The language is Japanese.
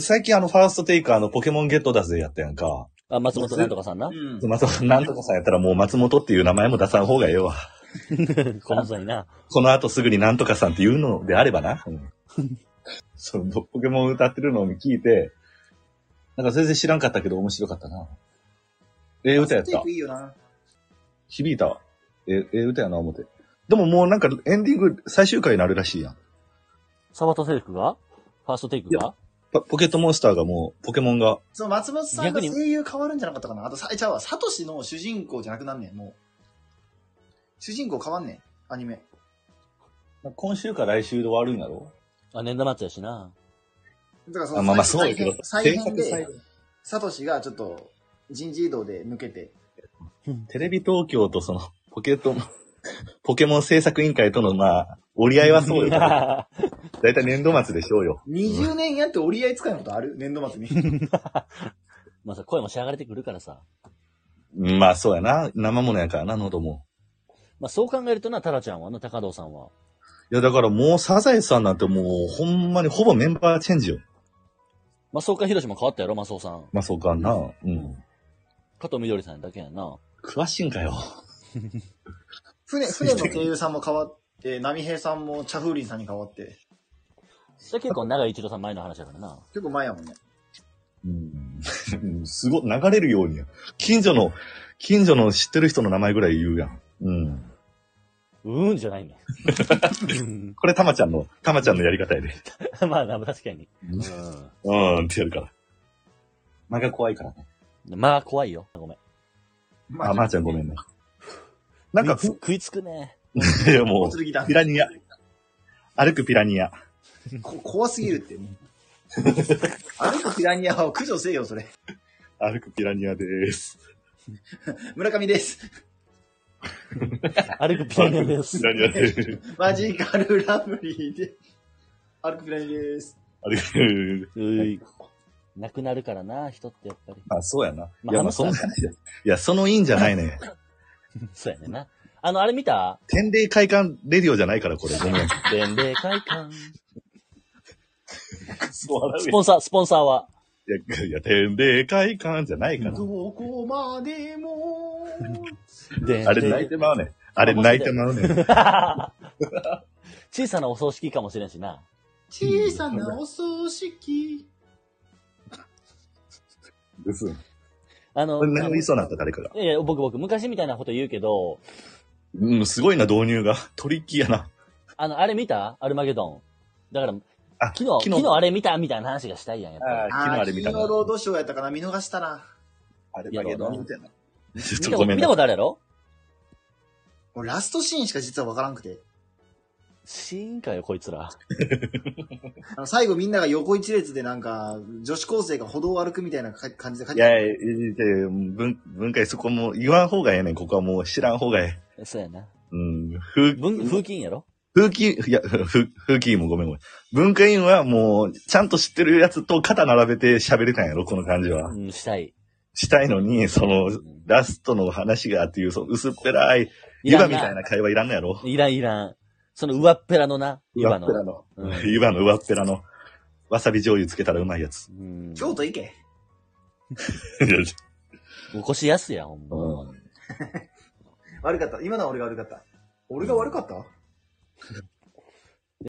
最近ファーストテイクポケモンゲットだぜやったやんか。 あ、松本なんとかさんな。 松本なんとかさんやったらもう松本っていう名前も出さん方がええわ。 この際な。 この後すぐになんとかさんって言うのであればな。そのポケモン歌ってるのを聞いて、なんか全然知らんかったけど面白かったな。歌やった。 いいよな。 響いたわ。歌やな、思って。でももうなんかエンディング最終回になるらしいやん。 サバトセルクがファーストテイクがポケットモンスターがもう、ポケモンが。 そう、松本さんが声優変わるんじゃなかったかな。あと、ちゃうわ、サトシの主人公じゃなくなんねん、もう。主人公変わんねん、アニメ。 今週か来週で終わるんやろ？ 年度末やしな。 だからそのまあそうやけど。 再編で、サトシがちょっと人事異動で抜けて。 テレビ東京とその、ポケモン制作委員会との折り合いはそうよ。だいたい年度末でしょうよ。 20年やって折り合いつかないことある？年度末に。 まあさ、声も仕上がれてくるからさ。 まあそうやな。生ものやからな、喉も。 まあそう考えるとな、タラちゃんはな、高藤さんは。 いやだからもうサザエさんなんてもうほんまにほぼメンバーチェンジよ。 マスオカヒロシも変わったやろ、マスオさん。 まあそうかな。うん。 加藤みどりさんだけやな。 詳しいんかよ。 船の声優さんも変わって、波平さんもチャフーリンさんに変わって。 それ結構長井一郎さん前の話だからな。 結構前やもんね。 すごい、流れるように。近所の知ってる人の名前ぐらい言うやん。 じゃないね。 これたまちゃんのやり方やで。 まあ、確かに。 ってやるから。間が怖いからね。 まあ、怖いよ。ごめん。 まーちゃんごめんね。なんか食いつくね。 いやもう、ピラニア。歩くピラニア。 怖すぎるって。歩くピラニアを駆除せえよ、それ。 歩くピラニアでーす。 村上です。 歩くピラニアです。 ピラニアでーす。 マジカルラブリーで。歩くピラニアです。 歩く。 なくなるからな、人ってやっぱり。 あ、そうやな。 いや、 そんな、いや、そのいいんじゃないね。 そうやねんな。あれ見た？ 天霊会館レディオじゃないから、これ。ごめん。 天霊会館。 スポンサーは。 いや、天霊会館じゃないから。 どこまでも。 あれ泣いてまうね。 小さなお葬式かもしれんしな。 小さなお葬式。 です。 何を言いそうなった誰かが。 いや、僕、昔みたいなこと言うけど。 すごいな、導入が。トリッキーやな。 あれ見た？アルマゲドン。だから、昨日あれ見たみたいな話がしたいやん、やっぱり。 昨日あれ見たな。 金曜ロードショーやったかな、見逃したな。 アルマゲドンみたいな。 ちょっとごめんな。見たことあるやろ？ 俺ラストシーンしか実はわからんくて。 シーンかよ、こいつら。 最後みんなが横一列でなんか、女子高生が歩道を歩くみたいな感じで書いてある。いや、文化そこも言わん方がええねん。ここはもう知らん方がええ。そうやな。 風紀委員やろ？ 風紀委員もごめん。文化委員はもう、ちゃんと知ってるやつと肩並べて喋れたんやろ、この感じは。 したいのに、ラストの話がっていう、薄っぺらい、湯葉みたいな会話いらんのやろ？ いらん。その上っぺらのな、 湯葉の上っぺらの、わさび醤油つけたらうまいやつ。 京都行け。 起こしやすや、ほんま。 悪かった。今のは俺が悪かった。俺が悪かった？